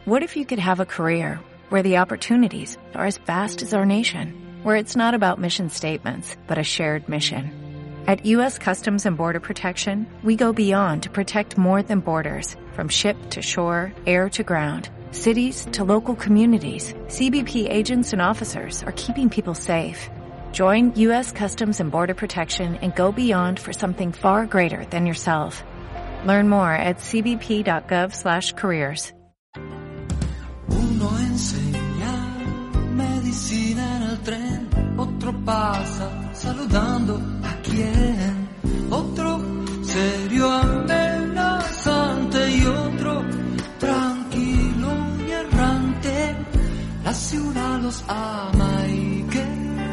What if you could have a career where the opportunities are as vast as our nation, where it's not about mission statements, but a shared mission? At U.S. Customs and Border Protection, we go beyond to protect more than borders, from ship to shore, air to ground, cities to local communities. CBP agents and officers are keeping people safe. Join U.S. Customs and Border Protection and go beyond for something far greater than yourself. Learn more at cbp.gov/careers. Uno enseña medicina en el tren, otro pasa saludando a quien, otro serio amenazante y otro tranquilo y errante. La ciudad los ama y que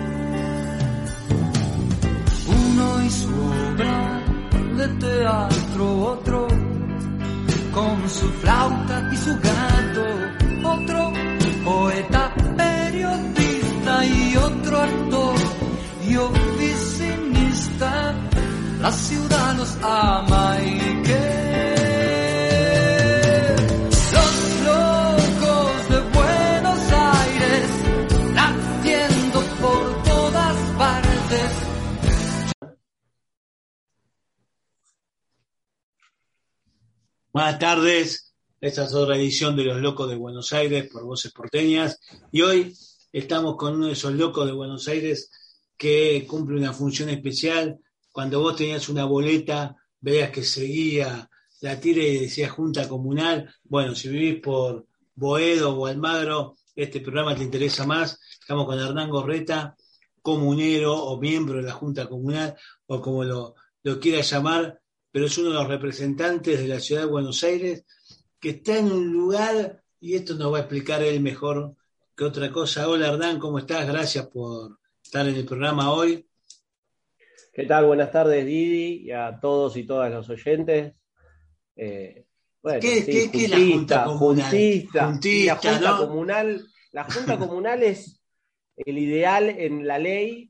uno y su obra de teatro, otro con su flauta y su gato, otro poeta, periodista y otro actor y oficinista. La ciudad los ama y que los locos de Buenos Aires latiendo por todas partes. Buenas tardes, esta es otra edición de Los Locos de Buenos Aires por Voces Porteñas y hoy estamos con uno de esos locos de Buenos Aires que cumple una función especial. Cuando vos tenías una boleta, veías que seguía la tira y decía Junta Comunal. Bueno, si vivís por Boedo o Almagro, este programa te interesa más. Estamos con Hernán Gorreta, comunero o miembro de la Junta Comunal o como lo quieras llamar, pero es uno de los representantes de la ciudad de Buenos Aires que está en un lugar, y esto nos va a explicar él mejor que otra cosa. Hola Hernán, ¿cómo estás? Gracias por estar en el programa hoy. ¿Qué tal? Buenas tardes, Didi, y a todos y todas los oyentes. Bueno, ¿Qué es la Junta Comunal? Juntista, ¿no? La Junta Comunal es el ideal en la ley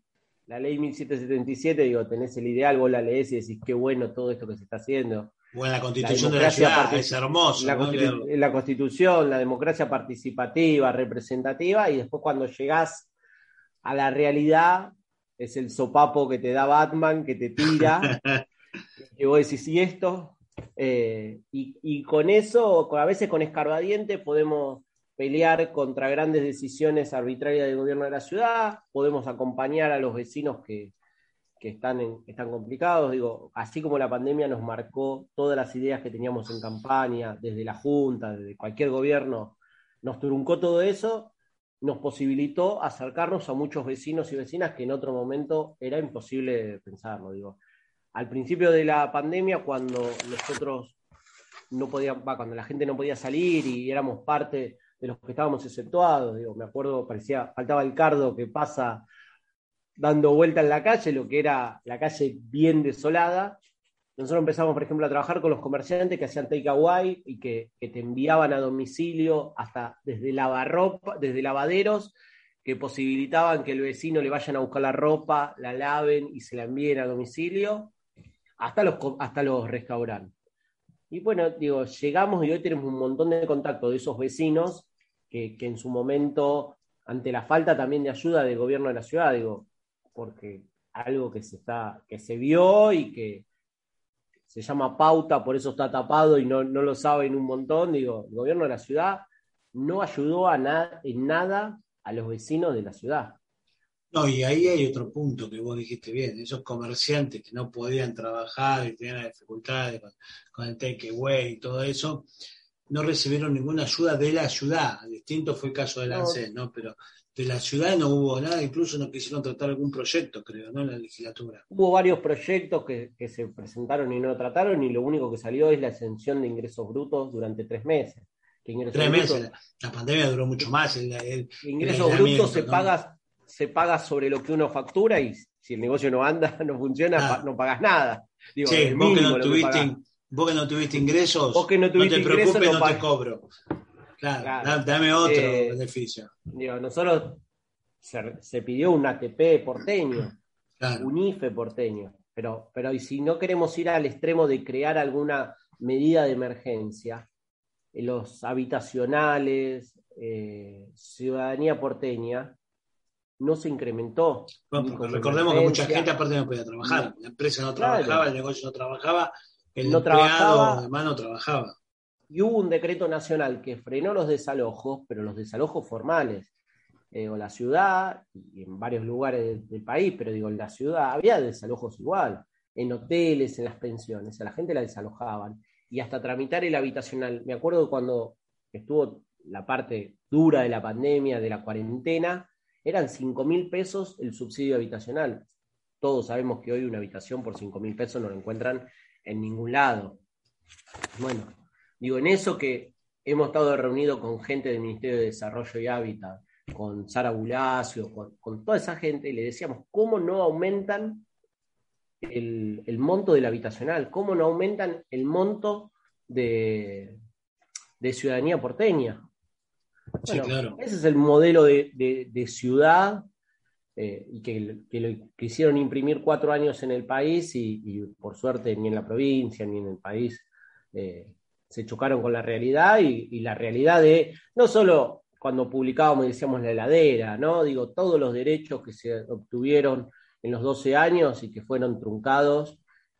1777, digo, tenés el ideal, vos la leés y decís qué bueno todo esto que se está haciendo. Bueno, la Constitución de la ciudad es hermoso. La Constitución, la democracia participativa, representativa, y después cuando llegás a la realidad es el sopapo que te da Batman, que te tira, y vos decís, ¿y esto? Y con eso, a veces con escarbadiente, podemos pelear contra grandes decisiones arbitrarias del gobierno de la ciudad, podemos acompañar a los vecinos que están complicados. Digo, así como la pandemia nos marcó todas las ideas que teníamos en campaña, desde la Junta, desde cualquier gobierno, nos truncó todo eso, nos posibilitó acercarnos a muchos vecinos y vecinas que en otro momento era imposible pensarlo. Digo, al principio de la pandemia, cuando nosotros cuando la gente no podía salir y éramos parte de los que estábamos exceptuados, digo, me acuerdo, faltaba el cardo que pasa dando vuelta en la calle, lo que era la calle bien desolada. Nosotros empezamos, por ejemplo, a trabajar con los comerciantes que hacían takeaway y que te enviaban a domicilio hasta desde lavarropa, desde lavaderos, que posibilitaban que el vecino le vayan a buscar la ropa, la laven y se la envíen a domicilio, hasta los restaurantes. Y bueno, digo, llegamos y hoy tenemos un montón de contactos de esos vecinos que en su momento, ante la falta también de ayuda del gobierno de la ciudad, digo, porque algo que se vio y que se llama pauta, por eso está tapado y no lo saben un montón, digo, el gobierno de la ciudad no ayudó en nada a los vecinos de la ciudad. No, y ahí hay otro punto que vos dijiste bien, esos comerciantes que no podían trabajar y tenían dificultades con el takeaway y todo eso, no recibieron ninguna ayuda de la ciudad. Distinto fue el caso del ANSES, ¿no? Pero de la ciudad no hubo nada, incluso no quisieron tratar algún proyecto, creo, ¿no? En la legislatura. Hubo varios proyectos que se presentaron y no trataron, y lo único que salió es la exención de ingresos brutos durante 3 meses. 3 meses, la pandemia duró mucho más. Ingresos brutos se paga sobre lo que uno factura, y si el negocio no anda, no funciona, no pagas nada. Digo, sí, vos que no tuviste ingresos, no te preocupes, no te cobro. Claro. Dame otro beneficio. Digo, nosotros se pidió un ATP porteño, claro, un IFE porteño, pero y si no queremos ir al extremo de crear alguna medida de emergencia, los habitacionales, ciudadanía porteña, no se incrementó. Bueno, ni porque como recordemos que mucha emergencia, gente aparte no podía trabajar. La empresa no trabajaba, claro, el negocio no trabajaba, el no empleado trabajaba. además no trabajaba. Y hubo un decreto nacional que frenó los desalojos, pero los desalojos formales. O la ciudad, y en varios lugares del país, pero digo, en la ciudad había desalojos igual, en hoteles, en las pensiones, a la gente la desalojaban. Y hasta tramitar el habitacional. Me acuerdo cuando estuvo la parte dura de la pandemia, de la cuarentena, eran 5.000 pesos el subsidio habitacional. Todos sabemos que hoy una habitación por 5.000 pesos no la encuentran en ningún lado. Bueno, digo, en eso que hemos estado reunidos con gente del Ministerio de Desarrollo y Hábitat, con Sara Bulacio, con toda esa gente, le decíamos, ¿cómo no aumentan el monto del habitacional? ¿Cómo no aumentan el monto de ciudadanía porteña? Sí, Bueno, claro. ese es el modelo de ciudad y que lo quisieron imprimir 4 años en el país y por suerte ni en la provincia ni en el país se chocaron con la realidad y la realidad de, no solo cuando publicábamos y decíamos la heladera, ¿no? Digo, todos los derechos que se obtuvieron en los 12 años y que fueron truncados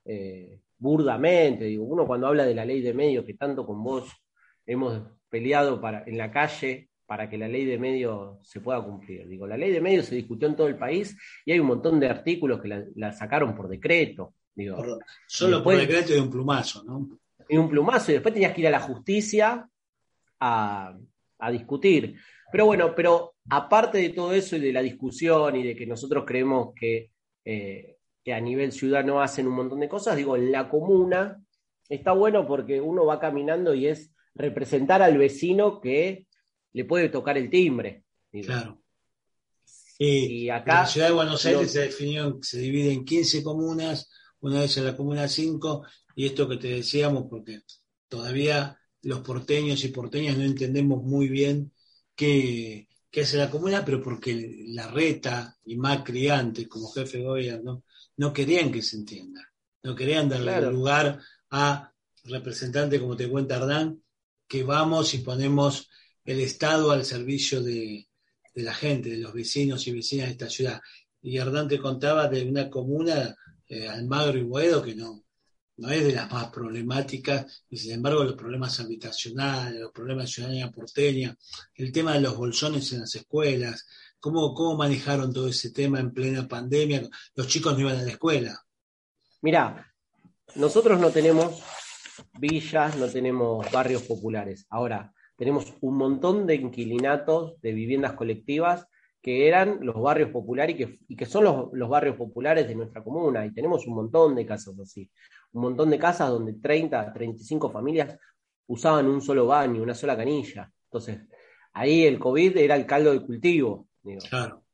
burdamente. Digo, uno cuando habla de la ley de medios, que tanto con vos hemos peleado en la calle para que la ley de medios se pueda cumplir. Digo, la ley de medios se discutió en todo el país y hay un montón de artículos que la sacaron por decreto. Digo, Solo después, por decreto de un plumazo, ¿no? y un plumazo, y después tenías que ir a la justicia a discutir. Pero bueno, pero aparte de todo eso y de la discusión y de que nosotros creemos que a nivel ciudad no hacen un montón de cosas, digo, en la comuna está bueno porque uno va caminando y es representar al vecino que le puede tocar el timbre. Digo. Claro. Y acá la ciudad de Buenos Aires no, se divide en 15 comunas, una vez en la comuna 5, y esto que te decíamos, porque todavía los porteños y porteñas no entendemos muy bien qué hace la comuna, pero porque Larreta y Macri antes, como jefe de gobierno, no querían que se entienda, no querían darle lugar a representantes, como te cuenta Hernán, que vamos y ponemos el Estado al servicio de la gente, de los vecinos y vecinas de esta ciudad. Y Hernán te contaba de una comuna, Almagro y Boedo, que no es de las más problemáticas, y sin embargo los problemas habitacionales, los problemas de ciudadanía porteña, el tema de los bolsones en las escuelas, cómo manejaron todo ese tema en plena pandemia, los chicos no iban a la escuela. Mirá, nosotros no tenemos villas, no tenemos barrios populares. Ahora, tenemos un montón de inquilinatos de viviendas colectivas que eran los barrios populares y que son los barrios populares de nuestra comuna. Y tenemos un montón de casas así. Un montón de casas donde 30, 35 familias usaban un solo baño, una sola canilla. Entonces, ahí el COVID era el caldo de cultivo. Digo. Claro.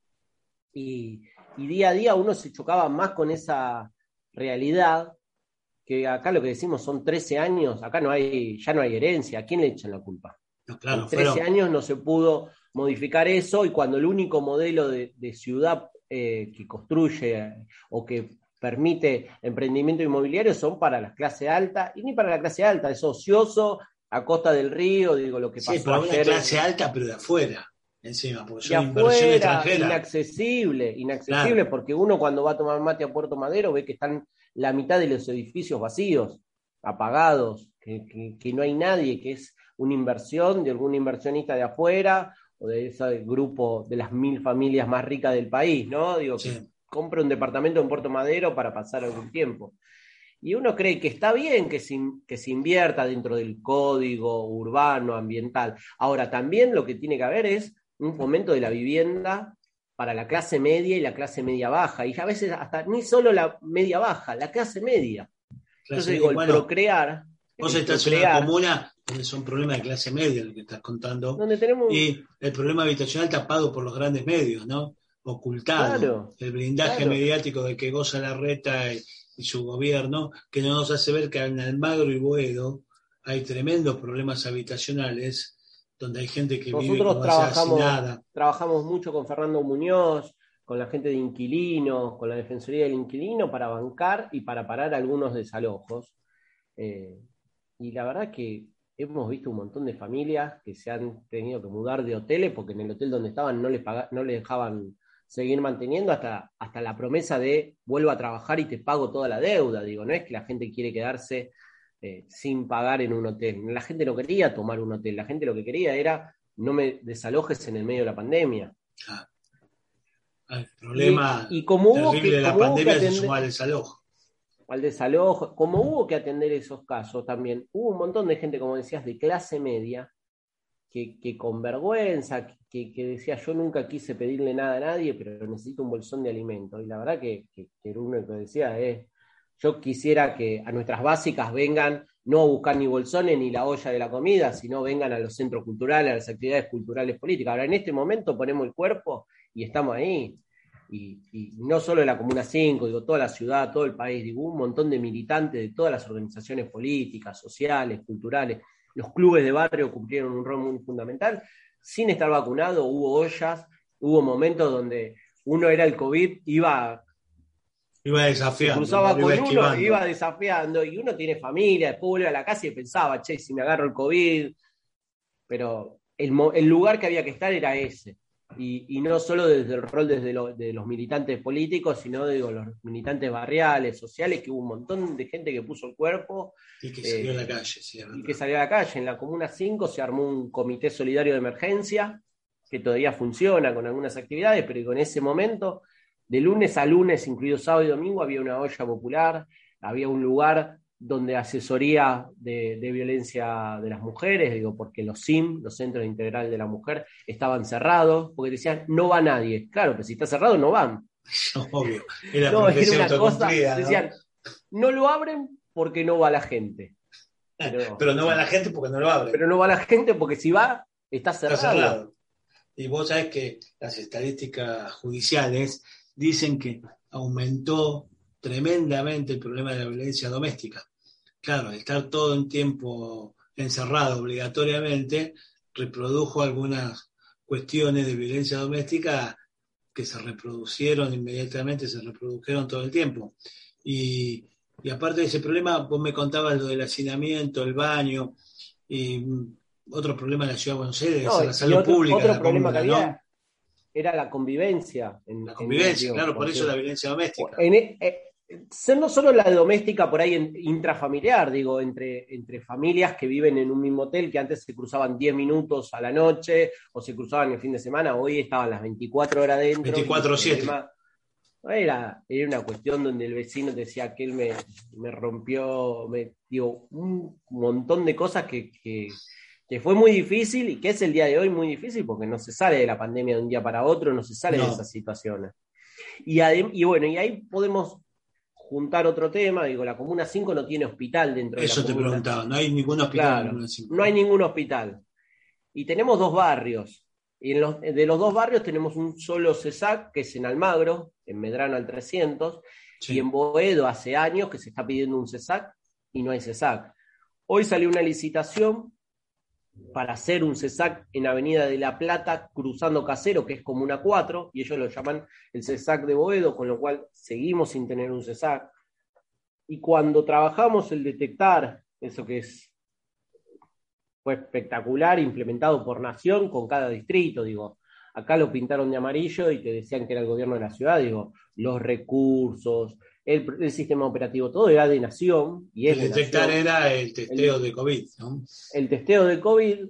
Y día a día uno se chocaba más con esa realidad, que acá lo que decimos son 13 años, acá ya no hay herencia. ¿A quién le echan la culpa? No, claro, en 13 años no se pudo modificar eso, y cuando el único modelo de ciudad que construye o que permite emprendimiento inmobiliario son para la clase alta, y ni para la clase alta, es ocioso, a costa del río, digo, lo que pasó para ayer. Una clase alta, pero de afuera, encima, porque son inversión extranjera. Inaccesible, claro. Porque uno cuando va a tomar mate a Puerto Madero ve que están la mitad de los edificios vacíos, apagados, que no hay nadie, que es una inversión de algún inversionista de afuera o de ese grupo de las 1.000 familias más ricas del país, ¿no? Digo, sí. Que compre un departamento en Puerto Madero para pasar algún tiempo. Y uno cree que está bien que se invierta dentro del código urbano, ambiental. Ahora, también lo que tiene que haber es un fomento de la vivienda para la clase media y la clase media baja. Y a veces hasta ni solo la media baja, la clase media. Entonces digo, procrear... Vos estás en una comuna donde son problemas de clase media, lo que estás contando. Donde tenemos... Y el problema habitacional tapado por los grandes medios, ¿no? Ocultado. Claro, el blindaje mediático de que goza Larreta y su gobierno, que no nos hace ver que en Almagro y Boedo hay tremendos problemas habitacionales, donde hay gente que vive como sin nada. Trabajamos mucho con Fernando Muñoz, con la gente de inquilinos, con la Defensoría del Inquilino, para bancar y para parar algunos desalojos. Y la verdad que hemos visto un montón de familias que se han tenido que mudar de hoteles porque en el hotel donde estaban no les dejaban seguir manteniendo hasta la promesa de vuelvo a trabajar y te pago toda la deuda. Digo, no es que la gente quiere quedarse sin pagar en un hotel. La gente no quería tomar un hotel, la gente lo que quería era no me desalojes en el medio de la pandemia. El problema y como hubo terrible de la pandemia se sumó al desalojo, como hubo que atender esos casos también, hubo un montón de gente, como decías, de clase media, que con vergüenza, que decía yo nunca quise pedirle nada a nadie, pero necesito un bolsón de alimento. Y la verdad que uno que decía yo quisiera que a nuestras básicas vengan no a buscar ni bolsones ni la olla de la comida, sino vengan a los centros culturales, a las actividades culturales políticas. Ahora en este momento ponemos el cuerpo y estamos ahí. Y no solo la Comuna 5, digo, toda la ciudad, todo el país, digo, un montón de militantes de todas las organizaciones políticas, sociales, culturales. Los clubes de barrio cumplieron un rol muy fundamental. Sin estar vacunado, hubo ollas, hubo momentos donde uno era el COVID, iba desafiando. Cruzaba con uno, iba desafiando, y uno tiene familia, después vuelve a la casa y pensaba, che, si me agarro el COVID. Pero el lugar que había que estar era ese. Y no solo desde el rol de los militantes políticos, sino digo, los militantes barriales, sociales, que hubo un montón de gente que puso el cuerpo. Y que salió a la calle. Sí, y que salió a la calle. En la Comuna 5 se armó un comité solidario de emergencia, que todavía funciona con algunas actividades, pero que en ese momento, de lunes a lunes, incluido sábado y domingo, había una olla popular, había un lugar donde asesoría de violencia de las mujeres, digo, porque los CIM, los Centros Integral de la Mujer, estaban cerrados, porque decían, no va nadie. Claro, pero si está cerrado, no van. Obvio. Era una cosa, ¿no? decían, no lo abren porque no va la gente. Pero no va la gente porque no lo abren. Pero no va la gente porque si va, está cerrado. Y vos sabés que las estadísticas judiciales dicen que aumentó tremendamente el problema de la violencia doméstica. Claro, estar todo el tiempo encerrado obligatoriamente reprodujo algunas cuestiones de violencia doméstica que se reprodujeron inmediatamente, se reprodujeron todo el tiempo. Y aparte de ese problema, vos me contabas lo del hacinamiento, el baño, y otro problema en la Ciudad de Buenos Aires, la salud pública. Otro problema que había era la convivencia. La convivencia, claro, por eso la violencia doméstica. No solo la doméstica por ahí intrafamiliar, digo, entre familias que viven en un mismo hotel, que antes se cruzaban 10 minutos a la noche o se cruzaban el fin de semana, hoy estaban las 24 horas dentro. 24/7. Era una cuestión donde el vecino decía que él me rompió, un montón de cosas que fue muy difícil y que es el día de hoy muy difícil porque no se sale de la pandemia de un día para otro, no se sale de esas situaciones. Y bueno, y ahí podemos juntar otro tema, digo, la Comuna 5 no tiene hospital dentro de la comuna. Eso te preguntaba, no hay ningún hospital claro, en la Comuna 5. No hay ningún hospital. Y tenemos 2 barrios. Y de los 2 barrios tenemos un solo CESAC, que es en Almagro, en Medrano al 300, sí. Y en Boedo hace años que se está pidiendo un CESAC y no hay CESAC. Hoy salió una licitación para hacer un CESAC en Avenida de la Plata, cruzando Casero, que es Comuna 4, y ellos lo llaman el CESAC de Boedo, con lo cual seguimos sin tener un CESAC. Y cuando trabajamos el detectar, eso que fue espectacular, implementado por Nación con cada distrito, digo, acá lo pintaron de amarillo y te decían que era el gobierno de la ciudad, digo, los recursos, el sistema operativo, todo era de Nación. Y el detectar era el testeo de COVID, ¿no? El testeo de COVID,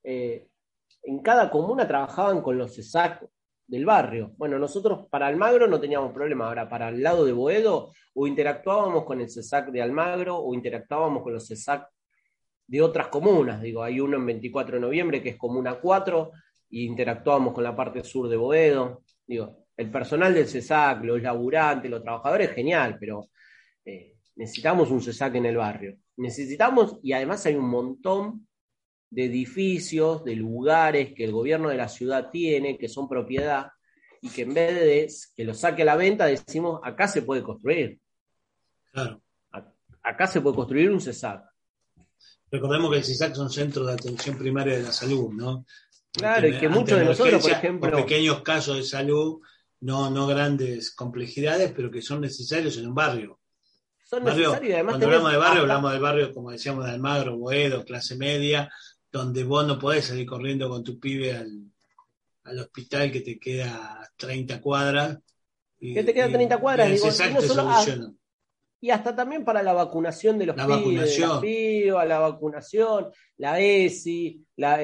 en cada comuna trabajaban con los CESAC del barrio. Bueno, nosotros para Almagro no teníamos problema, ahora para el lado de Boedo, o interactuábamos con el CESAC de Almagro, o interactuábamos con los CESAC de otras comunas, digo, hay uno en 24 de noviembre que es Comuna 4, y interactuábamos con la parte sur de Boedo, digo, el personal del CESAC, los laburantes, los trabajadores, genial, pero necesitamos un CESAC en el barrio. Necesitamos, y además hay un montón de edificios, de lugares que el gobierno de la ciudad tiene, que son propiedad, y que en vez de que los saque a la venta, decimos, acá se puede construir. Claro. Acá se puede construir un CESAC. Recordemos que el CESAC son centros de atención primaria de la salud, ¿no? Claro, y que muchos de nosotros, por ejemplo... Por pequeños casos de salud, no grandes complejidades, pero que son necesarios en un barrio. son Barrio, necesarios y además cuando hablamos de barrio, hasta, hablamos del barrio, como decíamos, de Almagro, Boedo, clase media, donde vos no podés salir corriendo con tu pibe al hospital que te queda a 30 cuadras. que te quedan 30 cuadras, el digo, y CESAC no te solo, soluciona. y hasta también para la vacunación de los La pibes, de vacunación. las pibas, la vacunación, la ESI, la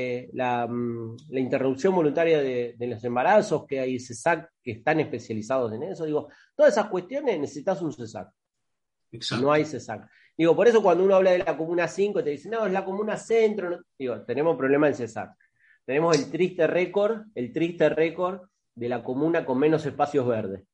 interrupción voluntaria de los embarazos, que hay CESAC que están especializados en eso. Digo, todas esas cuestiones necesitas un CESAC. Exacto. No hay CESAC. Digo, por eso cuando uno habla de la Comuna 5 te dicen, no, es la Comuna Centro. No. Digo, tenemos problema en CESAC. Tenemos el triste récord de la comuna con menos espacios verdes.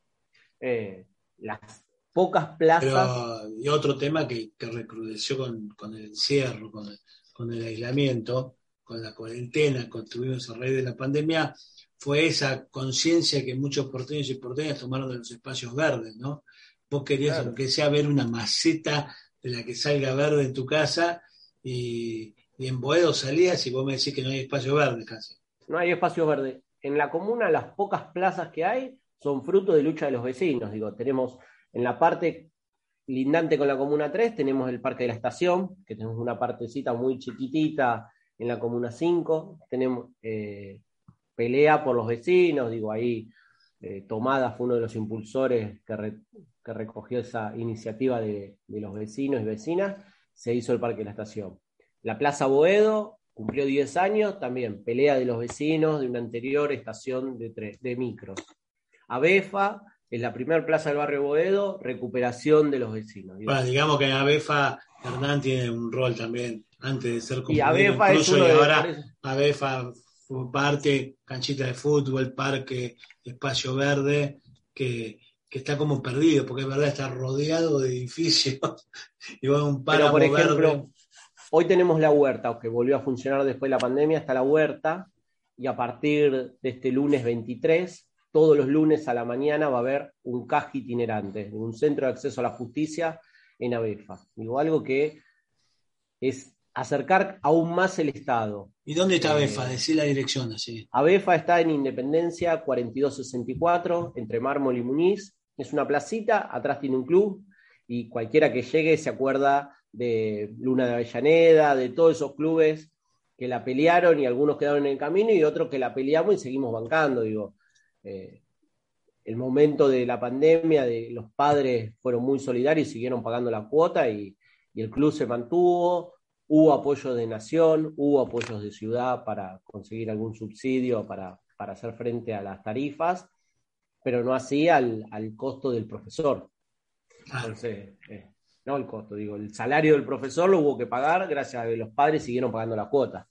Las pocas plazas. Pero, y otro tema que recrudeció con el encierro, con el aislamiento, con la cuarentena, tuvimos a raíz de la pandemia, fue esa conciencia que muchos porteños y porteñas tomaron de los espacios verdes, ¿no? Vos querías, Claro, aunque sea, ver una maceta de la que salga verde en tu casa, y en Boedo salías y vos me decís que no hay espacio verde casi. no hay espacios verdes. En la comuna, las pocas plazas que hay son fruto de lucha de los vecinos. Digo, tenemos en la parte lindante con la Comuna 3, tenemos el Parque de la Estación, que tenemos una partecita muy chiquitita en la Comuna 5. Tenemos pelea por los vecinos, digo, ahí Tomada fue uno de los impulsores que recogió esa iniciativa de los vecinos y vecinas. Se hizo el Parque de la Estación. La Plaza Boedo cumplió 10 años, también pelea de los vecinos de una anterior estación de micros. Abefa es la primera plaza del barrio Boedo, recuperación de los vecinos. Bueno, digamos que en Abefa Hernán tiene un rol también, antes de ser Y Abefa es incluso, uno y de ahora Abefa fue parte, canchita de fútbol, parque, espacio verde, que está como perdido, porque es verdad, está rodeado de edificios, y va un páramo pero, por ejemplo, verde. Hoy tenemos la huerta, que volvió a funcionar después de la pandemia, está la huerta, y a partir de este lunes 23, todos los lunes a la mañana va a haber un CAJ itinerante, un centro de acceso a la justicia en Abefa. Digo, algo que es acercar aún más el Estado. ¿Y dónde está Abefa? Decí la dirección así. Abefa está en Independencia 4264, entre Mármol y Muniz. Es una placita, atrás tiene un club, y cualquiera que llegue se acuerda de Luna de Avellaneda, de todos esos clubes que la pelearon y algunos quedaron en el camino y otros que la peleamos y seguimos bancando. Digo, el momento de la pandemia, de los padres fueron muy solidarios y siguieron pagando la cuota y el club se mantuvo. Hubo apoyo de Nación, hubo apoyos de ciudad para conseguir algún subsidio para hacer frente a las tarifas, pero no así al costo del profesor. Entonces, no el costo, digo, el salario del profesor lo hubo que pagar gracias a que los padres siguieron pagando la cuota.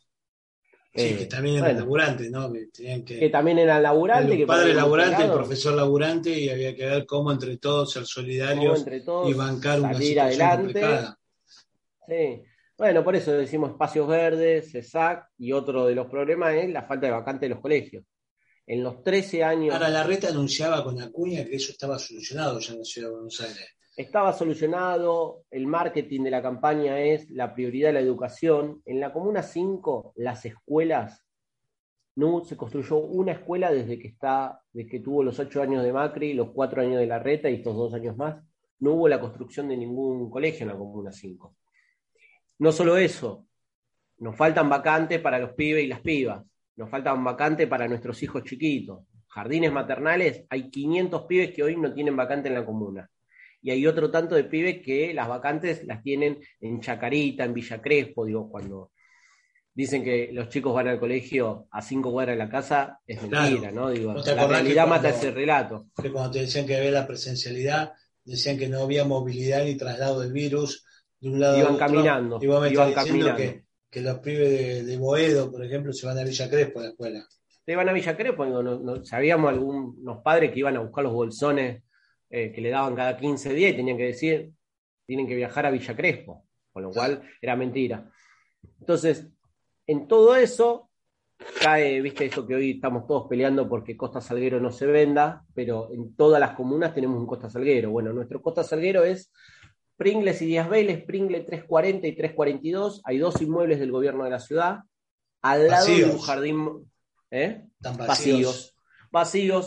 Sí, que también eran laburantes, ¿no? Que también eran laburantes. El padre laburante, el profesor laburante, y había que ver cómo entre todos ser solidarios y bancar una situación adelante. complicada. Sí. Bueno, por eso decimos espacios verdes, CESAC, y otro de los problemas es la falta de vacantes de los colegios. En los 13 años... Ahora, Larreta anunciaba con Acuña que eso estaba solucionado ya en la Ciudad de Buenos Aires. Estaba solucionado, el marketing de la campaña es la prioridad de la educación. En la Comuna 5, las escuelas, no se construyó una escuela desde que tuvo los 8 años de Macri, los 4 años de Larreta y estos 2 años más. No hubo la construcción de ningún colegio en la Comuna 5. No solo eso, nos faltan vacantes para los pibes y las pibas, nos faltan vacantes para nuestros hijos chiquitos. Jardines maternales, hay 500 pibes que hoy no tienen vacante en la comuna. Y hay otro tanto de pibes que las vacantes las tienen en Chacarita, en Villa Crespo. Digo, cuando dicen que los chicos van al colegio a 5 cuadras de la casa, es mentira, ¿no? Digo, la realidad mata ese relato. Que cuando te decían que había la presencialidad, decían que no había movilidad ni traslado del virus de un lado iban a otro. caminando. Y vos me iban estás diciendo caminando. que los pibes de Boedo, por ejemplo, se van a Villa Crespo a la escuela. Se iban a Villa Crespo, sabíamos algunos padres que iban a buscar los bolsones que le daban cada 15 días y tenían que decir, tienen que viajar a Villa Crespo, con lo cual era mentira. Entonces, en todo eso cae, viste, eso que hoy estamos todos peleando porque Costa Salguero no se venda, pero en todas las comunas tenemos un Costa Salguero. Bueno, nuestro Costa Salguero es Pringles y Díaz Vélez, Pringles 340 y 342, hay 2 inmuebles del gobierno de la ciudad, al lado de un jardín, Están vacíos. Vacíos,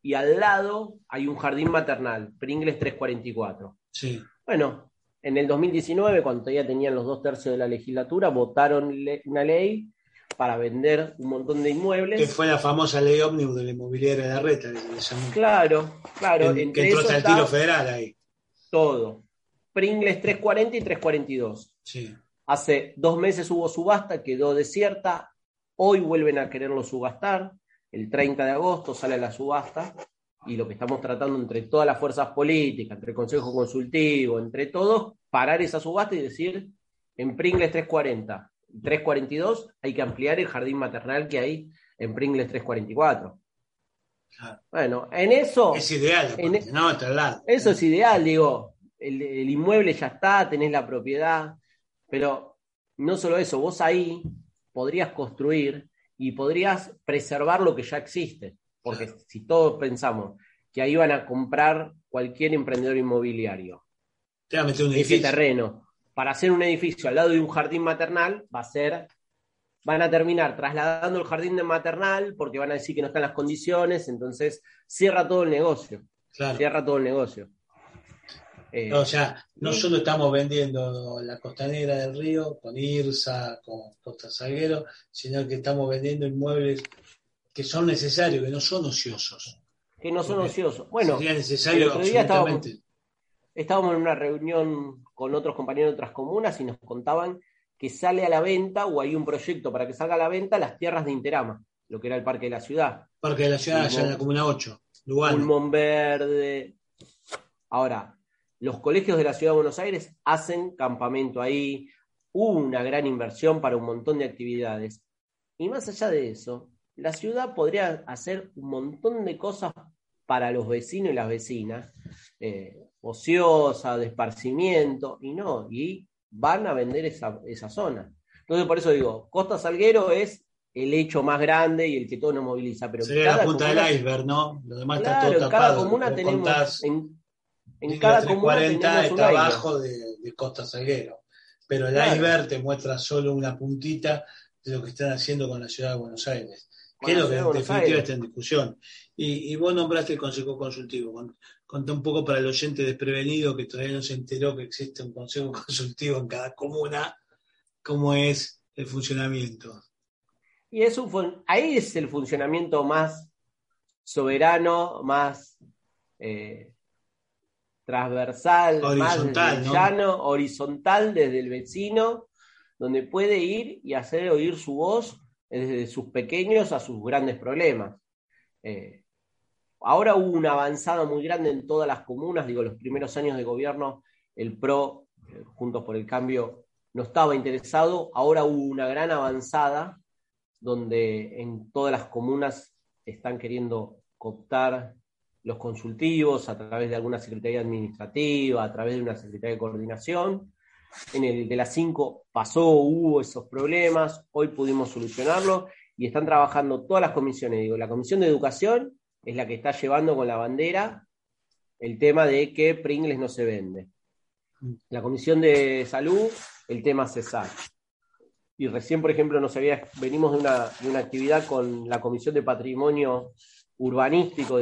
y al lado hay un jardín maternal, Pringles 344. Sí. Bueno, en el 2019, cuando todavía tenían los 2/3 de la legislatura, votaron una ley para vender un montón de inmuebles. Que fue la famosa ley ómnibus de la inmobiliaria de la Reta. Claro. Que entró hasta el tiro federal ahí. Todo. Pringles 340 y 342. Sí. Hace 2 meses hubo subasta, quedó desierta. Hoy vuelven a quererlo subastar. El 30 de agosto sale la subasta. Y lo que estamos tratando entre todas las fuerzas políticas, entre el Consejo Consultivo, entre todos, parar esa subasta y decir, en Pringles 340 y 342 hay que ampliar el jardín maternal que hay en Pringles 344. Claro. Bueno, en eso... Es ideal, no, está al lado. Eso es ideal, digo. El inmueble ya está, tenés la propiedad, pero no solo eso, vos ahí podrías construir y podrías preservar lo que ya existe. Porque claro, si todos pensamos que ahí van a comprar cualquier emprendedor inmobiliario, te va a meter un ese edificio. Terreno, para hacer un edificio al lado de un jardín maternal, van a terminar trasladando el jardín de maternal porque van a decir que no están las condiciones, entonces cierra todo el negocio. Claro. Cierra todo el negocio. O sea, no solo estamos vendiendo la costanera del río con IRSA, con Costa Salguero, sino que estamos vendiendo inmuebles que son necesarios, que no son ociosos. Que no son ociosos. Bueno, sería necesario el otro día absolutamente. Estábamos en una reunión con otros compañeros de otras comunas y nos contaban que sale a la venta, o hay un proyecto para que salga a la venta, las tierras de Interama, lo que era el Parque de la Ciudad. Parque de la Ciudad, allá en la Comuna 8, Lugano. Pulmón Verde. Ahora, los colegios de la Ciudad de Buenos Aires hacen campamento ahí, hubo una gran inversión para un montón de actividades. Y más allá de eso, la ciudad podría hacer un montón de cosas para los vecinos y las vecinas, ociosa, de esparcimiento, y van a vender esa zona. Entonces, por eso digo, Costa Salguero es el hecho más grande y el que todo nos moviliza. Pero sería la punta del iceberg, ¿no? Lo demás claro, está todo tapado. Cada comuna tenemos... En cada comuna 40 tenemos está abajo de Costa Salguero. Pero el iceberg te muestra solo una puntita de lo que están haciendo con la Ciudad de Buenos Aires. Que es lo que en definitiva está en discusión. Y vos nombraste el Consejo Consultivo. Contá un poco para el oyente desprevenido que todavía no se enteró que existe un Consejo Consultivo en cada comuna, cómo es el funcionamiento. Y ahí es el funcionamiento más soberano, más transversal, horizontal, más llano, horizontal desde el vecino, donde puede ir y hacer oír su voz desde sus pequeños a sus grandes problemas. Ahora hubo una avanzada muy grande en todas las comunas, los primeros años de gobierno, el PRO, Juntos por el Cambio, no estaba interesado, ahora hubo una gran avanzada, donde en todas las comunas están queriendo cooptar los consultivos a través de alguna secretaría administrativa, a través de una secretaría de coordinación. En el de las 5 hubo esos problemas, hoy pudimos solucionarlo y están trabajando todas las comisiones. La Comisión de Educación es la que está llevando con la bandera el tema de que Pringles no se vende. La Comisión de Salud, el tema CESAR. Y recién, por ejemplo, venimos de una actividad con la Comisión de Patrimonio Urbanístico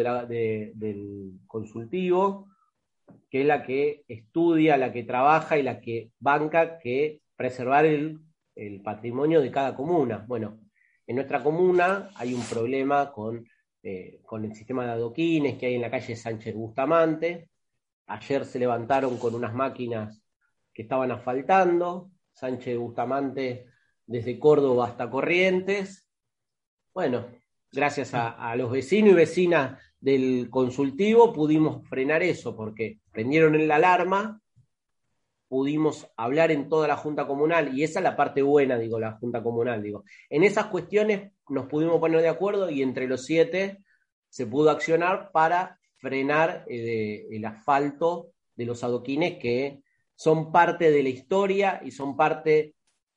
del Consultivo, que es la que estudia, la que trabaja y la que banca que preservar el patrimonio de cada comuna. Bueno, en nuestra comuna hay un problema con el sistema de adoquines que hay en la calle Sánchez Bustamante. Ayer se levantaron con unas máquinas que estaban asfaltando, Sánchez Bustamante desde Córdoba hasta Corrientes. Bueno, gracias a los vecinos y vecinas del consultivo pudimos frenar eso, porque prendieron la alarma, pudimos hablar en toda la Junta Comunal, y esa es la parte buena, la Junta Comunal, En esas cuestiones nos pudimos poner de acuerdo y entre los 7 se pudo accionar para frenar el asfalto de los adoquines que son parte de la historia y son parte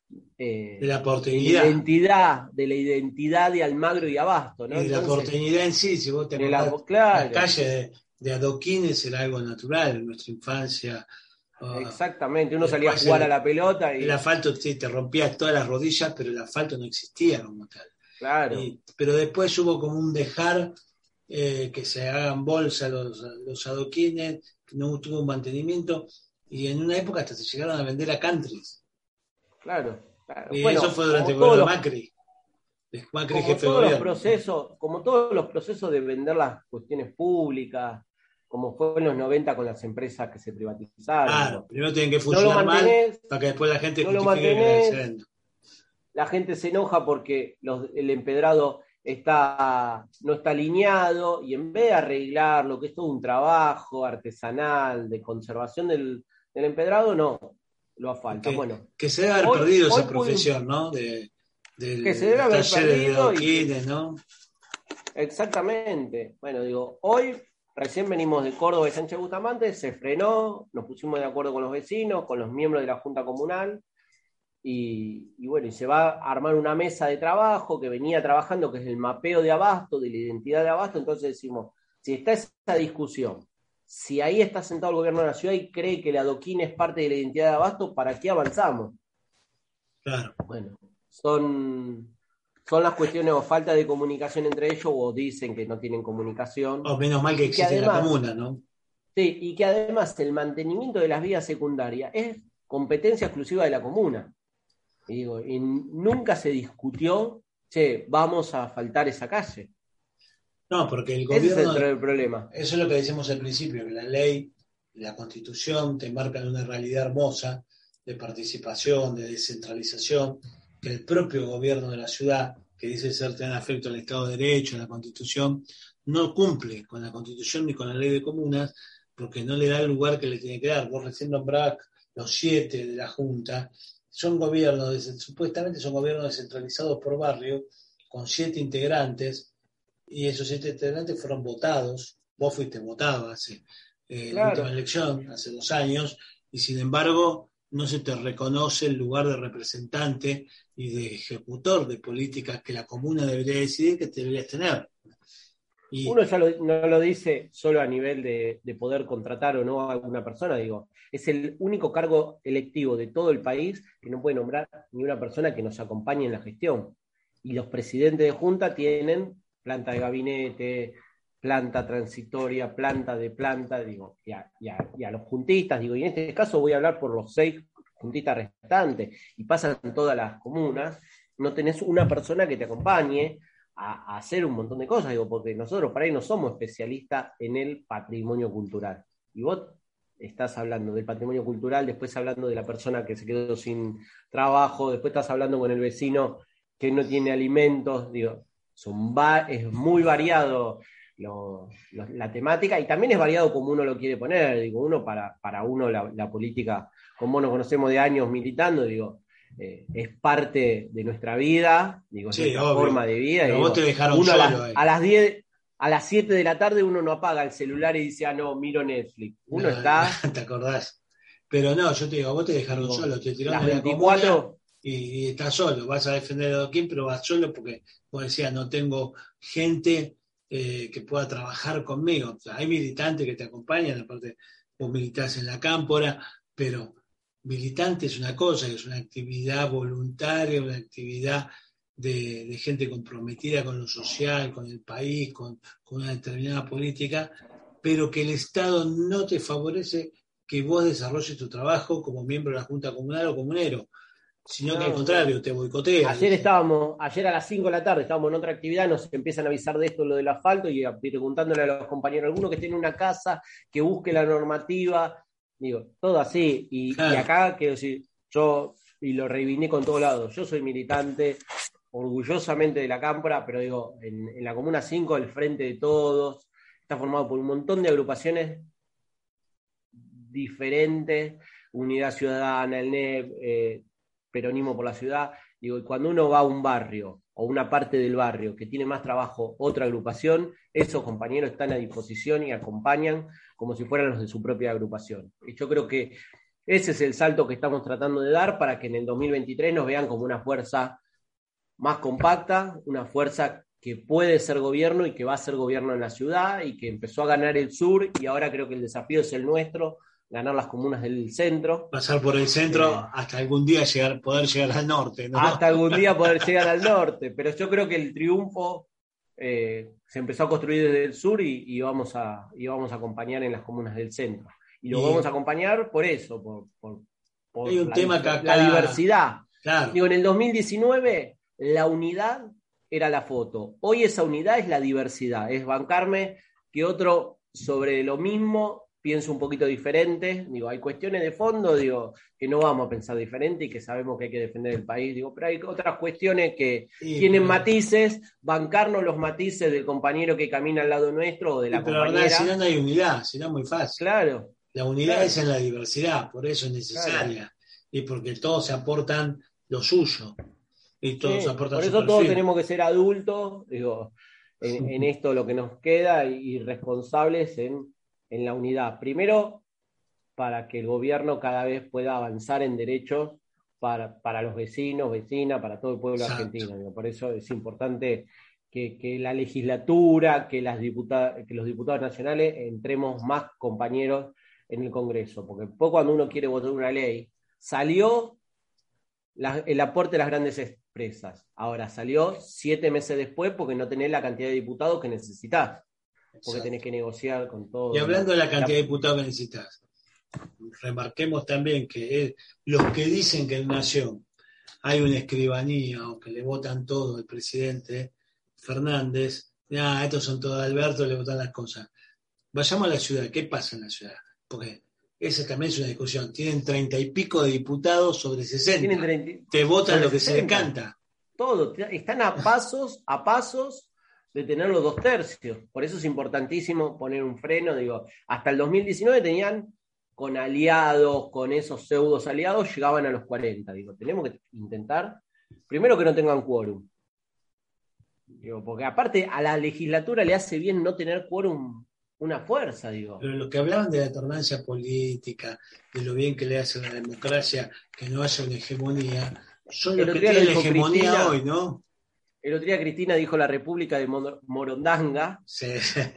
de la porteñidad. De la identidad de Almagro y Abasto, ¿no? Y de la porteñidad en sí, si vos te acordás, la calle de adoquines era algo natural en nuestra infancia. Exactamente, uno salía a jugar a la pelota y... El asfalto te rompía todas las rodillas, pero el asfalto no existía como tal. Claro. Pero después hubo como un dejar que se hagan bolsa los adoquines, no tuvo un mantenimiento, y en una época hasta se llegaron a vender a countries. Claro. Y Bueno, eso fue durante el como gobierno de todos Macri. Macri como jefe de todos los gobierno. como todos los procesos de vender las cuestiones públicas, como fue en los 90 con las empresas que se privatizaron. Claro, primero tienen que No lo funcionar mal mantenés, para que después la gente no lo justifique que la mantenés, exceden. la gente se enoja porque el empedrado no está alineado, y en vez de arreglarlo, que es todo un trabajo artesanal de conservación del empedrado, no, lo asfalta. Bueno, Que se debe haber hoy- perdido hoy esa profesión, ¿no? De que se debe haber talleres de perdido adoquines, ¿no? exactamente. Bueno, digo, hoy recién venimos de Córdoba y Sánchez Bustamante, se frenó, nos pusimos de acuerdo con los vecinos, con los miembros de la Junta Comunal, y bueno, y se va a armar una mesa de trabajo que venía trabajando, que es el mapeo de abasto, de la identidad de abasto. Entonces decimos, si está esa discusión, si ahí está sentado el gobierno de la ciudad y cree que el adoquín es parte de la identidad de abasto, ¿para qué avanzamos? Claro. Bueno, son las cuestiones o falta de comunicación entre ellos, o dicen que no tienen comunicación. O menos mal que existe la comuna, ¿no? Sí, y que además el mantenimiento de las vías secundarias es competencia exclusiva de la comuna. Y digo, y nunca se discutió, vamos a asfaltar esa calle. No, porque el Ese es gobierno, el problema. eso es lo que decimos al principio, que la ley, la constitución te marcan una realidad hermosa de participación, de descentralización, que el propio gobierno de la ciudad, que dice ser tan afecto al Estado de Derecho, a la constitución, no cumple con la constitución ni con la ley de comunas, porque no le da el lugar que le tiene que dar. Vos recién nombrabas los 7 de la Junta, supuestamente son gobiernos descentralizados por barrio, con 7 integrantes, y esos 7 integrantes fueron votados. Vos fuiste votado hace la última elección, hace 2 años, y sin embargo no se te reconoce el lugar de representante y de ejecutor de políticas que la comuna debería decidir que te deberías tener. Y uno ya no lo dice solo a nivel de poder contratar o no a alguna persona, digo, es el único cargo electivo de todo el país que no puede nombrar ni una persona que nos acompañe en la gestión. Y los presidentes de junta tienen planta de gabinete, planta transitoria, planta de planta, digo, y a los juntistas, digo, y en este caso voy a hablar por los 6 juntistas restantes, y pasan en todas las comunas, no tenés una persona que te acompañe a hacer un montón de cosas, digo, porque nosotros por ahí no somos especialistas en el patrimonio cultural. Y vos estás hablando del patrimonio cultural, después hablando de la persona que se quedó sin trabajo, después estás hablando con el vecino que no tiene alimentos, digo, es muy variado la temática, y también es variado como uno lo quiere poner, digo, uno para uno la política, como nos conocemos de años militando, digo, es parte de nuestra vida, digo, sí, es nuestra obvio. forma de vida. Pero digo, vos te dejaron uno solo a las 10, a las 7 de la tarde uno no apaga el celular y dice, no, miro Netflix. Uno está... ¿Te acordás? Pero no, yo te digo, vos te dejaron digo, solo, te tiraron las de la 24... comuna y estás solo, vas a defender a Adoquín, pero vas solo porque vos decías, no tengo gente que pueda trabajar conmigo. O sea, hay militantes que te acompañan, aparte vos militás en la Cámpora, pero militante es una cosa, es una actividad voluntaria, una actividad de gente comprometida con lo social, con el país, con una determinada política, pero que el Estado no te favorece que vos desarrolles tu trabajo como miembro de la Junta Comunal o comunero, sino que al contrario, te boicotea. Ayer a las 5 de la tarde estábamos en otra actividad, nos empiezan a avisar de esto, lo del asfalto, y preguntándole a los compañeros, alguno que esté en una casa, que busque la normativa, digo, todo así, y acá quiero decir, yo, y lo reivindico en todos lados, yo soy militante orgullosamente de la Cámpora, pero digo, en la Comuna 5, el Frente de Todos, está formado por un montón de agrupaciones diferentes, Unidad Ciudadana, el NEP, Peronismo por la Ciudad, digo, y cuando uno va a un barrio o una parte del barrio que tiene más trabajo otra agrupación, esos compañeros están a disposición y acompañan como si fueran los de su propia agrupación. Y yo creo que ese es el salto que estamos tratando de dar para que en el 2023 nos vean como una fuerza más compacta, una fuerza que puede ser gobierno y que va a ser gobierno en la ciudad, y que empezó a ganar el sur, y ahora creo que el desafío es el nuestro, ganar las comunas del centro. Pasar por el centro hasta algún día poder llegar al norte, ¿no? Hasta algún día poder llegar al norte, pero yo creo que el triunfo se empezó a construir desde el sur y íbamos a acompañar en las comunas del centro. Y lo vamos a acompañar por eso, por hay un tema que acá, la diversidad. Claro. Digo, en el 2019 la unidad era la foto. Hoy esa unidad es la diversidad. Es bancarme que otro sobre lo mismo piense un poquito diferente. Digo, hay cuestiones de fondo, digo, que no vamos a pensar diferente y que sabemos que hay que defender el país. Digo, pero hay otras cuestiones que tienen matices, bancarnos los matices del compañero que camina al lado nuestro o de la compañera. Pero si no hay unidad, si no es muy fácil. Claro. La unidad es en la diversidad, por eso es necesaria. Claro. Y porque todos se aportan lo suyo. Y todos aportan por eso todos tenemos que ser adultos, digo, en esto lo que nos queda y responsables en la unidad. Primero, para que el gobierno cada vez pueda avanzar en derechos para los vecinos, vecinas, para todo el pueblo argentino. Digo, por eso es importante que la legislatura, que los diputados nacionales entremos más compañeros en el Congreso, porque después cuando uno quiere votar una ley, salió el aporte de las grandes empresas, ahora salió 7 meses después porque no tenés la cantidad de diputados que necesitas, porque tenés que negociar con todo. Y hablando de la cantidad de diputados que necesitas, remarquemos también que los que dicen que en Nación hay una escribanía o que le votan todo al presidente Fernández, estos son todos Alberto, le votan las cosas. Vayamos a la ciudad, ¿qué pasa en la ciudad? Porque esa también es una discusión. Tienen 30 y pico de diputados sobre 60. Te votan lo que 60. Se les canta. Todo. Están a pasos de tener los 2/3. Por eso es importantísimo poner un freno. Digo, hasta el 2019 tenían con aliados, con esos pseudos aliados, llegaban a los 40. Digo, tenemos que intentar, primero que no tengan quórum. Digo, porque aparte a la legislatura le hace bien no tener quórum. Una fuerza, digo. Pero los que hablaban de la alternancia política, de lo bien que le hace a la democracia, que no haya una hegemonía, son los que tienen la hegemonía Cristina, hoy, ¿no? El otro día Cristina dijo la República de Morondanga. Sí.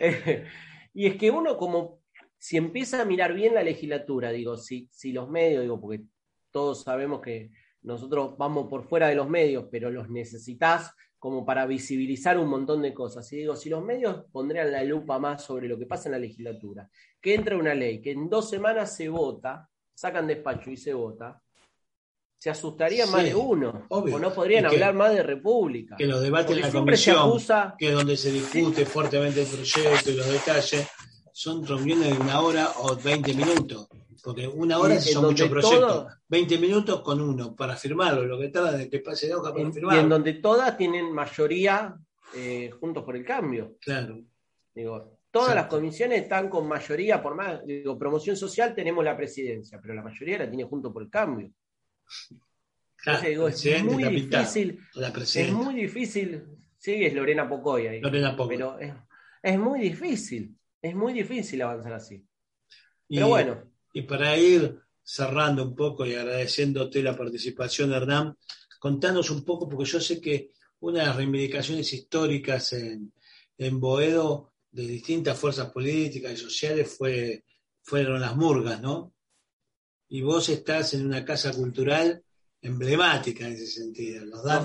Y es que uno como, si empieza a mirar bien la legislatura, digo, si los medios, digo, porque todos sabemos que nosotros vamos por fuera de los medios, pero los necesitás como para visibilizar un montón de cosas. Y digo, si los medios pondrían la lupa más sobre lo que pasa en la legislatura, que entra una ley, que en 2 semanas se vota, sacan despacho y se vota, se asustaría más de uno, obvio. O no podrían hablar más de república. Que los debates en la comisión, que es donde se discute fuertemente el proyecto y los detalles, son reuniones de 1 hora o 20 minutos. Porque 1 hora son muchos proyectos. 20 minutos con uno para firmarlo, lo que tarda de que pase la hoja para firmarlo. Y en donde todas tienen mayoría Juntos por el Cambio. Claro. Digo, todas las comisiones están con mayoría, por más, digo, promoción social tenemos la presidencia, pero la mayoría la tiene Juntos por el Cambio. Claro, entonces, digo, es muy difícil. Es muy difícil. Sí, es Lorena Pocoy ahí. Pero es muy difícil avanzar así. Pero bueno. Y para ir cerrando un poco y agradeciéndote la participación, Hernán, contanos un poco, porque yo sé que una de las reivindicaciones históricas en Boedo de distintas fuerzas políticas y sociales fueron las murgas, ¿no? Y vos estás en una casa cultural emblemática en ese sentido.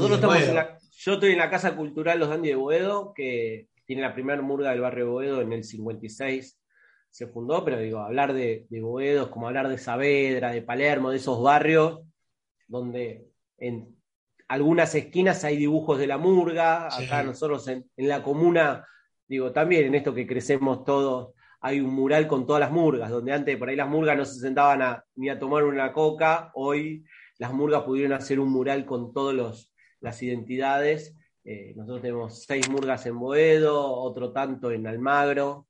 Yo estoy en la Casa Cultural Los Dandy de Boedo, que tiene la primera murga del barrio de Boedo en el 56. Se fundó, pero digo, hablar de Boedo es como hablar de Saavedra, de Palermo, de esos barrios donde en algunas esquinas hay dibujos de la murga. Sí. Acá nosotros en la comuna, digo, también en esto que crecemos todos, hay un mural con todas las murgas, donde antes por ahí las murgas no se sentaban ni a tomar una coca, hoy las murgas pudieron hacer un mural con todas las identidades. Nosotros tenemos 6 murgas en Boedo, otro tanto en Almagro,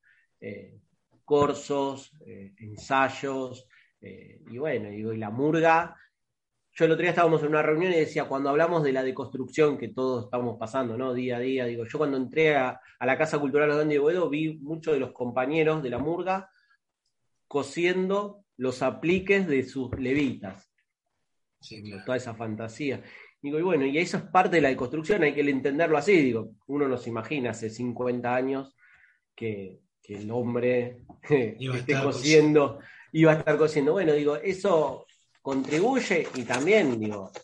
cursos, ensayos, y bueno, y la murga. Yo el otro día estábamos en una reunión y decía, cuando hablamos de la deconstrucción que todos estamos pasando, ¿no? Día a día, digo, yo cuando entré a la Casa Cultural Los Dandy de Boedo vi muchos de los compañeros de la murga cosiendo los apliques de sus levitas. Sí, claro. Toda esa fantasía. Digo, y bueno, y eso es parte de la deconstrucción, hay que entenderlo así, digo, uno nos imagina hace 50 años que el hombre esté cosiendo, iba a estar cosiendo. Bueno, digo, eso contribuye y también, digo,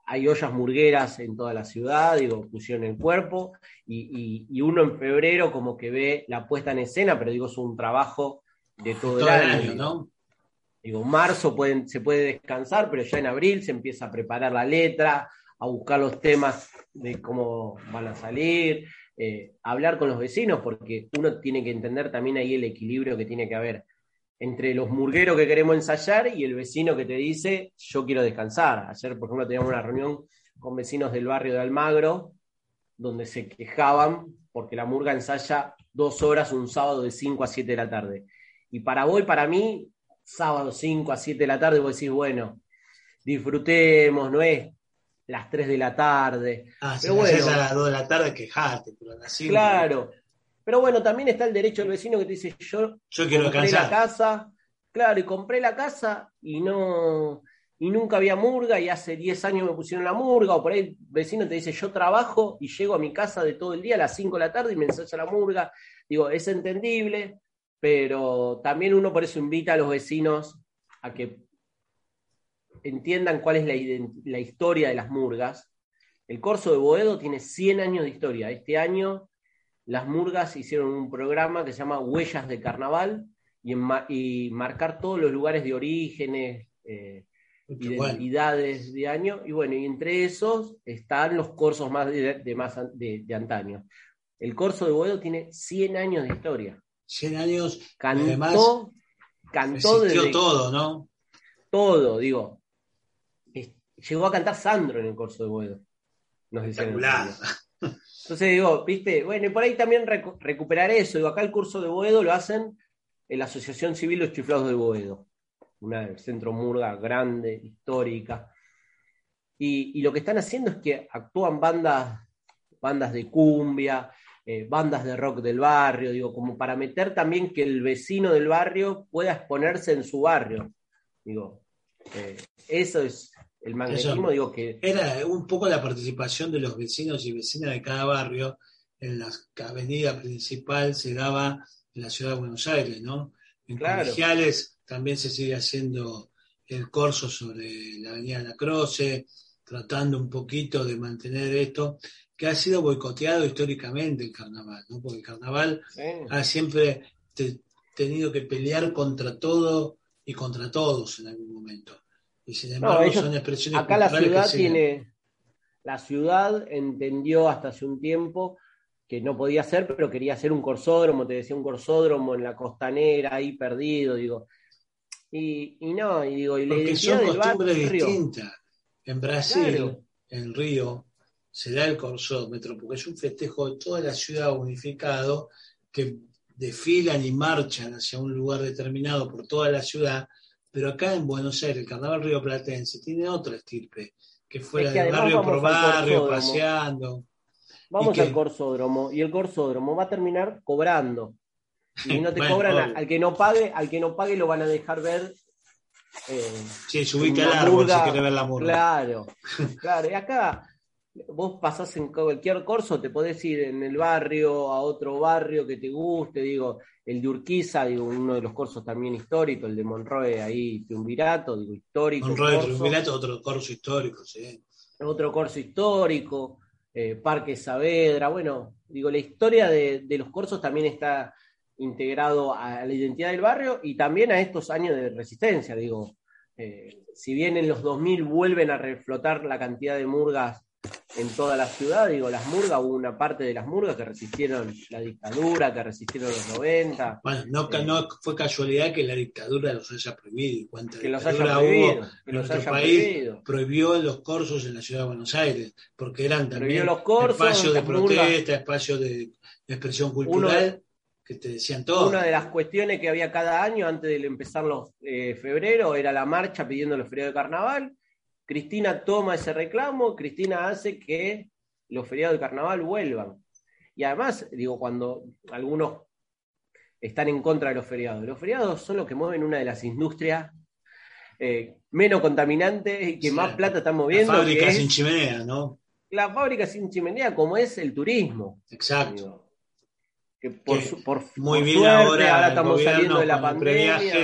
hay ollas murgueras en toda la ciudad, digo, pusieron el cuerpo, y uno en febrero como que ve la puesta en escena, pero digo, es un trabajo de todo el año, ¿no? Digo, marzo se puede descansar, pero ya en abril se empieza a preparar la letra, a buscar los temas de cómo van a salir, hablar con los vecinos, porque uno tiene que entender también ahí el equilibrio que tiene que haber entre los murgueros que queremos ensayar y el vecino que te dice, yo quiero descansar. Ayer, por ejemplo, teníamos una reunión con vecinos del barrio de Almagro, donde se quejaban porque la murga ensaya 2 horas un sábado de 5 a 7 de la tarde. Y para vos y para mí, sábado 5 a 7 de la tarde, vos decís, bueno, disfrutemos, no es las 3 de la tarde. Si bueno, a las 2 de la tarde, quejate, pero a las 5. Claro. Pero bueno, también está el derecho del vecino que te dice, yo quiero compré descansar. La casa, claro, y compré la casa y nunca había murga, y hace 10 años me pusieron la murga, o por ahí el vecino te dice, yo trabajo y llego a mi casa de todo el día a las 5 de la tarde y me ensaya la murga. Digo, es entendible, pero también uno por eso invita a los vecinos a que entiendan cuál es la historia de las murgas. El Corso de Boedo tiene 100 años de historia. Este año las murgas hicieron un programa que se llama Huellas de Carnaval, y marcar todos los lugares de orígenes, identidades de año, y bueno, y entre esos están los corsos más de antaño. El Corso de Boedo tiene 100 años de historia. 100 años, cantó desde todo, ¿no? Todo, digo. Llegó a cantar Sandro en el Corso de Boedo. Entonces digo, viste, bueno, y por ahí también recuperar eso. Digo, acá el Corso de Boedo lo hacen en la Asociación Civil Los Chiflados de Boedo, un centro murga grande, histórica. Y lo que están haciendo es que actúan bandas de cumbia, bandas de rock del barrio, digo, como para meter también que el vecino del barrio pueda exponerse en su barrio. Digo, eso es el magnetismo, digo que... Era un poco la participación de los vecinos y vecinas de cada barrio en la avenida principal, se daba en la ciudad de Buenos Aires, ¿no? En Colegiales también se sigue haciendo el corso sobre la avenida La Croce, tratando un poquito de mantener esto, que ha sido boicoteado históricamente el carnaval, ¿no? Porque el carnaval ha siempre tenido que pelear contra todo y contra todos en algún momento. Y sin embargo son expresiones acá la ciudad entendió hasta hace un tiempo que no podía ser, pero quería hacer un corsódromo, te decía, un corsódromo en la Costanera, ahí perdido, digo. Y digo, y la porque identidad son del costumbres barrio distintas. En Brasil, claro, en Río, se da el corsómetro, porque es un festejo de toda la ciudad unificado, que desfilan y marchan hacia un lugar determinado por toda la ciudad. Pero acá en Buenos Aires, el carnaval rioplatense tiene otra estirpe, que fuera de barrio por barrio, paseando. Vamos al corsódromo, y el corsódromo va a terminar cobrando. Y no te cobran, al que no pague lo van a dejar ver. Sí, subite al árbol si querés ver la murga. Claro, y acá vos pasás en cualquier corso, te podés ir en el barrio, a otro barrio que te guste, digo, el de Urquiza, digo, uno de los corsos también históricos, el de Monroe, ahí, Triunvirato, digo, histórico. Monroe, Triunvirato, otro corso histórico, sí. Otro corso histórico, Parque Saavedra, bueno, digo, la historia de los corsos también está integrado a la identidad del barrio y también a estos años de resistencia, digo, si bien en los 2000 vuelven a reflotar la cantidad de murgas en toda la ciudad, digo, las murgas, hubo una parte de las murgas que resistieron la dictadura, que resistieron los 90. Bueno, no fue casualidad que la dictadura los haya prohibido, y cuánta que los dictadura haya prohibido, hubo en nuestro país, prohibió los corsos en la ciudad de Buenos Aires, porque eran también espacios de protesta, espacios de expresión cultural, que te decían todo. Una de las cuestiones que había cada año antes de empezar los febrero era la marcha pidiendo los feriados de carnaval. Cristina toma ese reclamo, Cristina hace que los feriados de carnaval vuelvan. Y además, digo, cuando algunos están en contra de los feriados son los que mueven una de las industrias menos contaminantes y que más plata están moviendo. La fábrica sin chimenea, ¿no? La fábrica sin chimenea, como es el turismo. Exacto. Digo, que por muy por bien suerte, ahora estamos saliendo de la pandemia.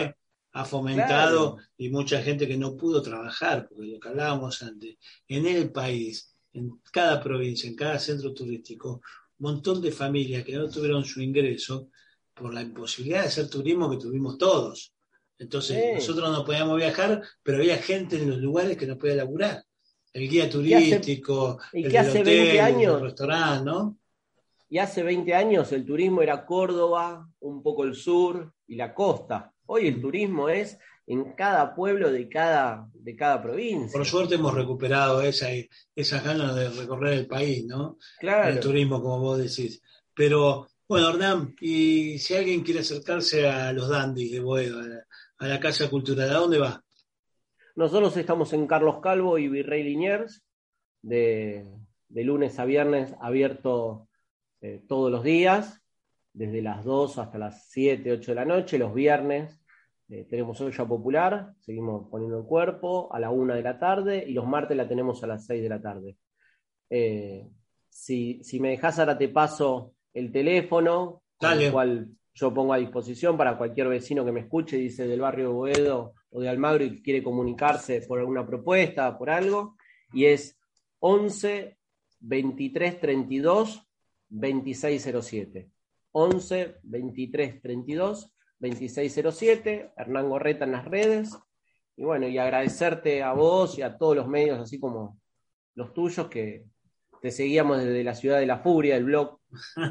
ha fomentado, y mucha gente que no pudo trabajar, porque lo que hablábamos antes, en el país, en cada provincia, en cada centro turístico, un montón de familias que no tuvieron su ingreso por la imposibilidad de hacer turismo que tuvimos todos. Entonces, nosotros no podíamos viajar, pero había gente en los lugares que no podía laburar. El guía turístico, el del hotel, el restaurante, ¿no? Y hace 20 años el turismo era Córdoba, un poco el sur y la costa. Hoy el turismo es en cada pueblo de cada provincia. Por suerte hemos recuperado esas ganas de recorrer el país, ¿no? Claro. El turismo, como vos decís. Pero, bueno, Hernán, y si alguien quiere acercarse a los dandis de Boedo, a la Casa Cultural, ¿a dónde va? Nosotros estamos en Carlos Calvo y Virrey Liniers, de lunes a viernes, abierto todos los días, desde las 2 hasta las 7, 8 de la noche. Los viernes tenemos olla popular, seguimos poniendo el cuerpo a la 1 de la tarde, y los martes la tenemos a las 6 de la tarde. Si me dejás, ahora te paso el teléfono, con el cual yo pongo a disposición para cualquier vecino que me escuche, dice del barrio de Boedo o de Almagro y quiere comunicarse por alguna propuesta, por algo, y es 11 23 32 2607. 11 23 32 2607, Hernán Gorreta en las redes. Y bueno, y agradecerte a vos y a todos los medios, así como los tuyos, que te seguíamos desde la ciudad de la furia, del blog.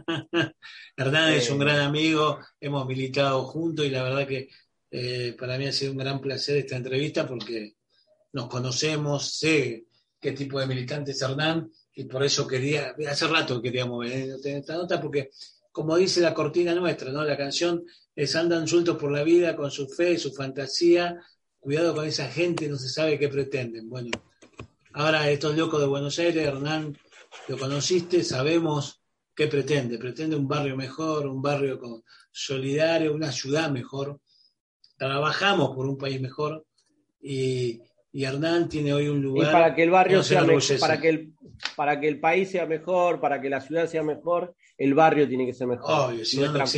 Hernán es un gran amigo, hemos militado juntos, y la verdad que para mí ha sido un gran placer esta entrevista, porque nos conocemos, sé qué tipo de militante es Hernán, y por eso hace rato queríamos tener esta nota, porque como dice la cortina nuestra, ¿no? La canción es: andan sueltos por la vida con su fe, su fantasía, cuidado con esa gente, no se sabe qué pretenden. Bueno, ahora estos locos de Buenos Aires, Hernán, lo conociste, sabemos qué pretende un barrio mejor, un barrio solidario, una ciudad mejor. Trabajamos por un país mejor, y Hernán tiene hoy un lugar. Y para que el barrio sea mejor, para que el país sea mejor, para que la ciudad sea mejor, el barrio tiene que ser mejor. Obvio, si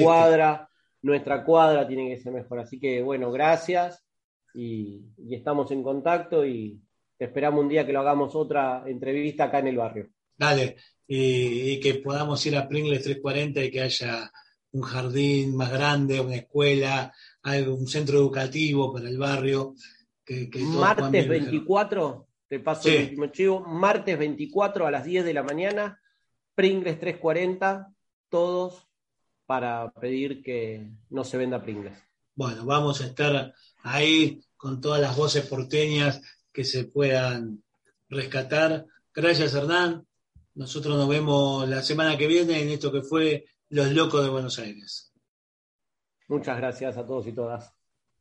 nuestra cuadra tiene que ser mejor. Así que bueno, gracias, y estamos en contacto, y te esperamos un día que lo hagamos otra entrevista acá en el barrio. Dale, y que podamos ir a Pringles 340 y que haya un jardín más grande, una escuela, un centro educativo para el barrio. Que martes 24, te paso el último chivo, martes 24 a las 10 de la mañana, Pringles 340, todos para pedir que no se venda Pringles. Bueno, vamos a estar ahí con todas las voces porteñas que se puedan rescatar. Gracias, Hernán. Nosotros nos vemos la semana que viene en esto que fue Los Locos de Buenos Aires. Muchas gracias a todos y todas.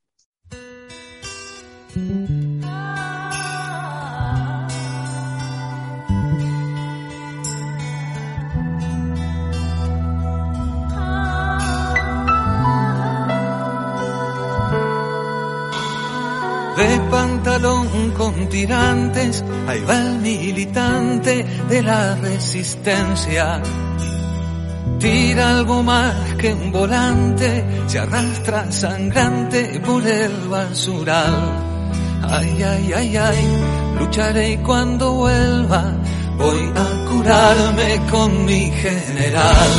De pantalón con tirantes, ahí va el militante de la resistencia. Tira algo más que un volante, se arrastra sangrante por el basural. Ay, ay, ay, ay, lucharé y cuando vuelva voy a curarme con mi general.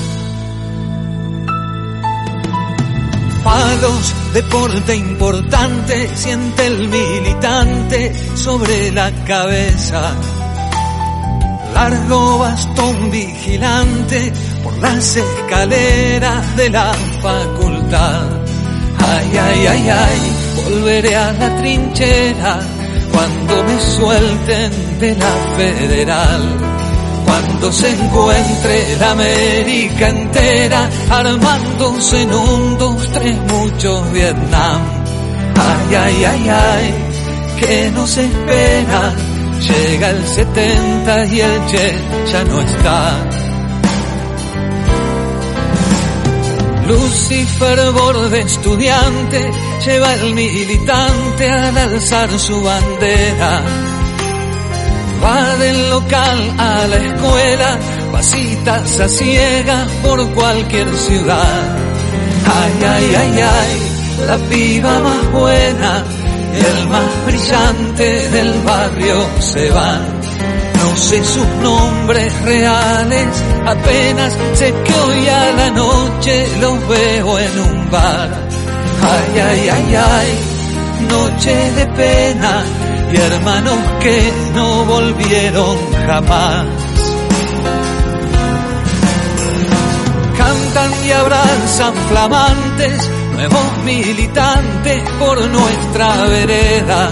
Palos de porte importante siente el militante sobre la cabeza. Largo bastón vigilante por las escaleras de la facultad. Ay, ay, ay, ay, volveré a la trinchera cuando me suelten de la federal. Cuando se encuentre la América entera armándose en 1, 2, 3, muchos Vietnam. Ay, ay, ay, ay, que nos espera. Llega el 70 y el Che ya no está. Luz y fervor de estudiante lleva el militante al alzar su bandera. Va del local a la escuela, pasitas a ciegas por cualquier ciudad. Ay, ay, ay, ay, la piba más buena y el más brillante del barrio se van. No sé sus nombres reales, apenas sé que hoy a la noche los veo en un bar. Ay, ay, ay, ay, noche de pena y hermanos que no volvieron jamás. Cantan y abrazan flamantes, nuevos militantes por nuestra vereda.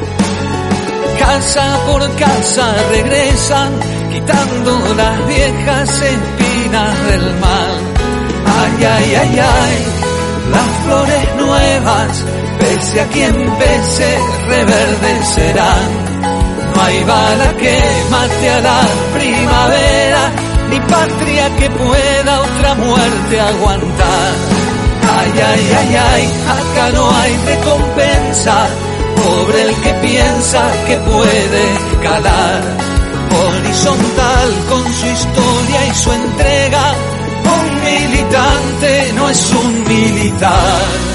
Casa por casa regresan, quitando las viejas espinas del mal. Ay, ay, ay, ay, las flores nuevas, pese a quien pese, reverdecerán. No hay bala que mate a la primavera, ni patria que pueda otra muerte aguantar. Ay, ay, ay, ay, acá no hay recompensa, pobre el que piensa que puede calar. Horizontal con su historia y su entrega, un militante no es un militar.